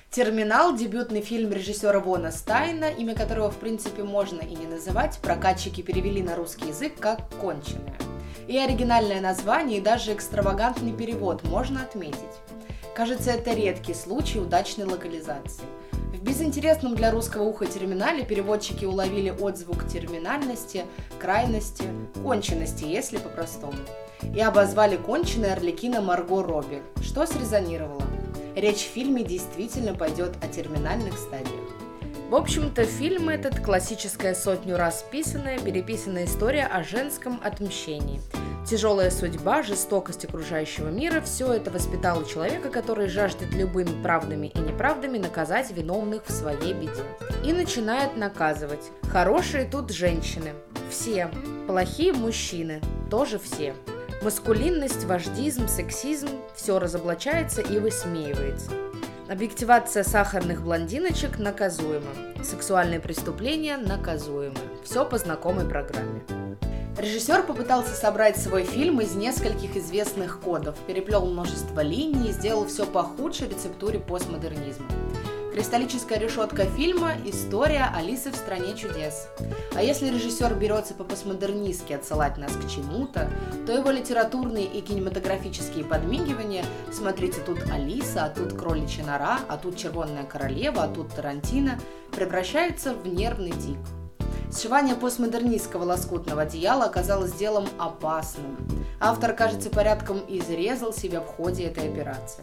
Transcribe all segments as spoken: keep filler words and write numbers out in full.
«Терминал» — дебютный фильм режиссера Вона Стайна, имя которого, в принципе, можно и не называть, прокатчики перевели на русский язык как «Конченая». И оригинальное название, и даже экстравагантный перевод можно отметить. Кажется, это редкий случай удачной локализации. В безинтересном для русского уха терминале переводчики уловили отзвук терминальности, крайности, конченности, если по-простому. И обозвали конченой Арлекино Марго Робби, что срезонировало. Речь в фильме действительно пойдет о терминальных стадиях. В общем-то, фильм этот – классическая сотню раз писанная, переписанная история о женском отмщении. Тяжелая судьба, жестокость окружающего мира – все это воспитало человека, который жаждет любыми правдами и неправдами наказать виновных в своей беде. И начинает наказывать. Хорошие тут женщины. Все. Плохие мужчины. Тоже все. Маскулинность, вождизм, сексизм – все разоблачается и высмеивается. Объективация сахарных блондиночек наказуема. Сексуальные преступления наказуемы. Все по знакомой программе. Режиссер попытался собрать свой фильм из нескольких известных кодов, переплел множество линий и сделал все по худшей рецептуре постмодернизма. Кристаллическая решетка фильма – история Алисы в стране чудес. А если режиссер берется по-постмодернистски отсылать нас к чему-то, то его литературные и кинематографические подмигивания – смотрите, тут Алиса, а тут Кроличья нора, а тут Червонная королева, а тут Тарантино – превращаются в нервный тик. Сшивание постмодернистского лоскутного одеяла оказалось делом опасным. Автор, кажется, порядком изрезал себя в ходе этой операции.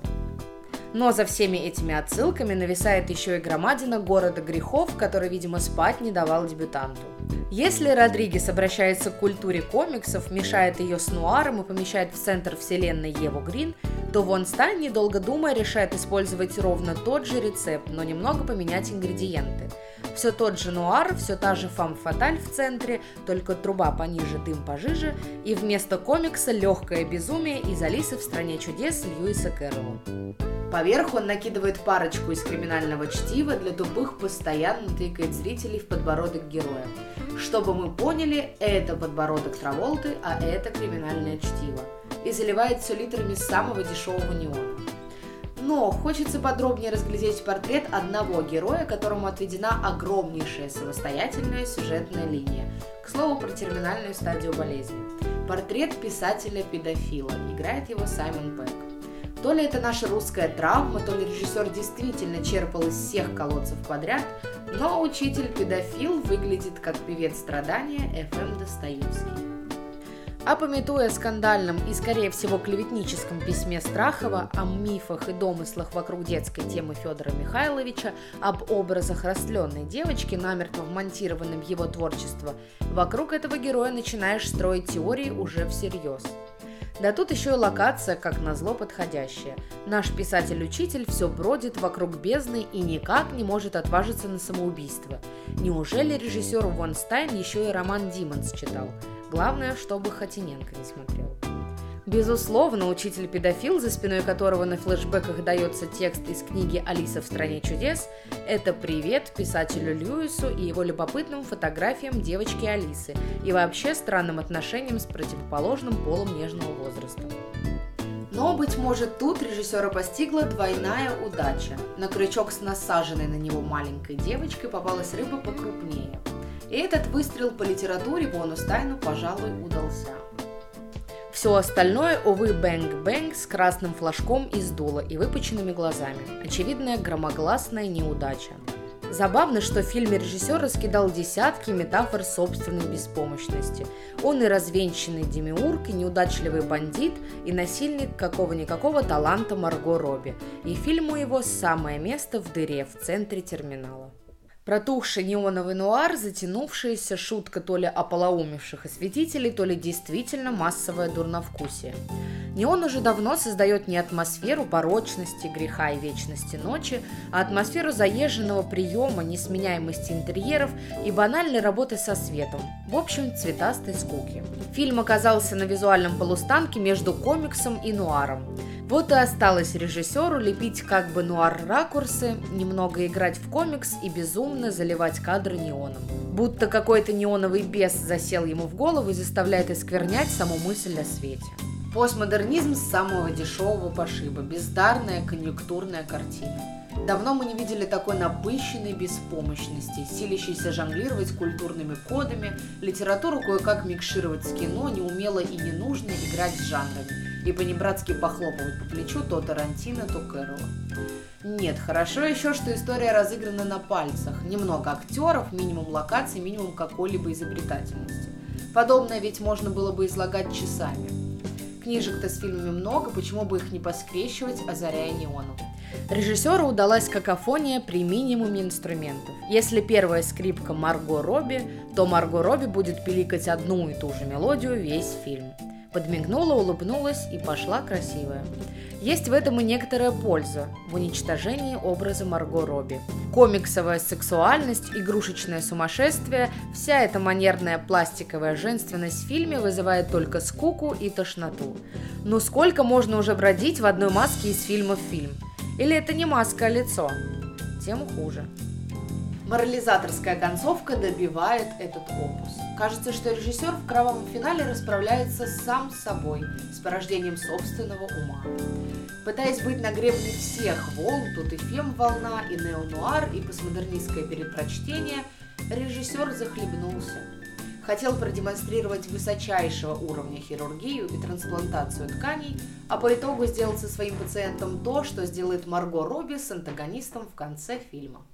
Но за всеми этими отсылками нависает еще и громадина города грехов, который, видимо, спать не давал дебютанту. Если Родригес обращается к культуре комиксов, мешает ее с нуаром и помещает в центр вселенной Еву Грин, то Вон Стайн, недолго думая, решает использовать ровно тот же рецепт, но немного поменять ингредиенты. Все тот же нуар, все та же фам-фаталь в центре, только труба пониже, дым пожиже, и вместо комикса легкое безумие из «Алисы в стране чудес» Льюиса Кэрролла. Поверх он накидывает парочку из криминального чтива, для тупых постоянно тыкает зрителей в подбородок героя. Чтобы мы поняли, это подбородок Траволты, а это криминальное чтиво. И заливает все литрами самого дешевого неона. Но хочется подробнее разглядеть портрет одного героя, которому отведена огромнейшая самостоятельная сюжетная линия. К слову, про терминальную стадию болезни. Портрет писателя-педофила. Играет его Саймон Пегг. То ли это наша русская травма, то ли режиссер действительно черпал из всех колодцев подряд, но учитель-педофил выглядит как певец страдания эф эм Достоевский. А памятуя о скандальном и, скорее всего, клеветническом письме Страхова о мифах и домыслах вокруг детской темы Федора Михайловича, об образах растленной девочки, намертво вмонтированном в его творчество, вокруг этого героя начинаешь строить теории уже всерьез. Да тут еще и локация, как назло, подходящая. Наш писатель-учитель все бродит вокруг бездны и никак не может отважиться на самоубийство. Неужели режиссер Вон Стайн еще и роман «Демонс» читал? Главное, чтобы Хотиненко не смотрел. Безусловно, учитель-педофил, за спиной которого на флешбеках дается текст из книги «Алиса в стране чудес», это привет писателю Льюису и его любопытным фотографиям девочки Алисы и вообще странным отношениям с противоположным полом нежного возраста. Но, быть может, тут режиссера постигла двойная удача. На крючок с насаженной на него маленькой девочкой попалась рыба покрупнее. И этот выстрел по литературе Вону Стайну, пожалуй, удался. Все остальное, увы, бэнг-бэнг с красным флажком из дула и выпученными глазами. Очевидная громогласная неудача. Забавно, что в фильме режиссер раскидал десятки метафор собственной беспомощности. Он и развенчанный демиург, и неудачливый бандит, и насильник какого-никакого таланта Марго Робби. И фильму его самое место в дыре в центре терминала. Протухший неоновый нуар, затянувшаяся шутка то ли ополоумевших осветителей, то ли действительно массовое дурновкусие. Неон уже давно создает не атмосферу порочности, греха и вечности ночи, а атмосферу заезженного приема, несменяемости интерьеров и банальной работы со светом. В общем, цветастой скуки. Фильм оказался на визуальном полустанке между комиксом и нуаром. Вот и осталось режиссеру лепить как бы нуар-ракурсы, немного играть в комикс и безумно заливать кадры неоном. Будто какой-то неоновый бес засел ему в голову и заставляет осквернять саму мысль о свете. Постмодернизм с самого дешевого пошиба, бездарная конъюнктурная картина. Давно мы не видели такой напыщенной беспомощности, силящейся жонглировать культурными кодами, литературу кое-как микшировать с кино, неумело и не нужно играть с жанрами, и понебратски похлопывать по плечу то Тарантино, то Кэрролла. Нет, хорошо еще, что история разыграна на пальцах. Немного актеров, минимум локаций, минимум какой-либо изобретательности. Подобное ведь можно было бы излагать часами. Книжек-то с фильмами много, почему бы их не поскрещивать, озаряя неоном? Режиссеру удалась какофония при минимуме инструментов. Если первая скрипка Марго Робби, то Марго Робби будет пиликать одну и ту же мелодию весь фильм. Подмигнула, улыбнулась и пошла красивая. Есть в этом и некоторая польза в уничтожении образа Марго Робби. Комиксовая сексуальность, игрушечное сумасшествие, вся эта манерная пластиковая женственность в фильме вызывает только скуку и тошноту. Ну сколько можно уже бродить в одной маске из фильма в фильм? Или это не маска, а лицо? Тем хуже. Морализаторская концовка добивает этот опус. Кажется, что режиссер в кровавом финале расправляется сам с собой, с порождением собственного ума. Пытаясь быть на гребне всех волн, тут и фем-волна, и неонуар, и постмодернистское перепрочтение, режиссер захлебнулся. Хотел продемонстрировать высочайшего уровня хирургию и трансплантацию тканей, а по итогу сделал со своим пациентом то, что сделает Марго Робби с антагонистом в конце фильма.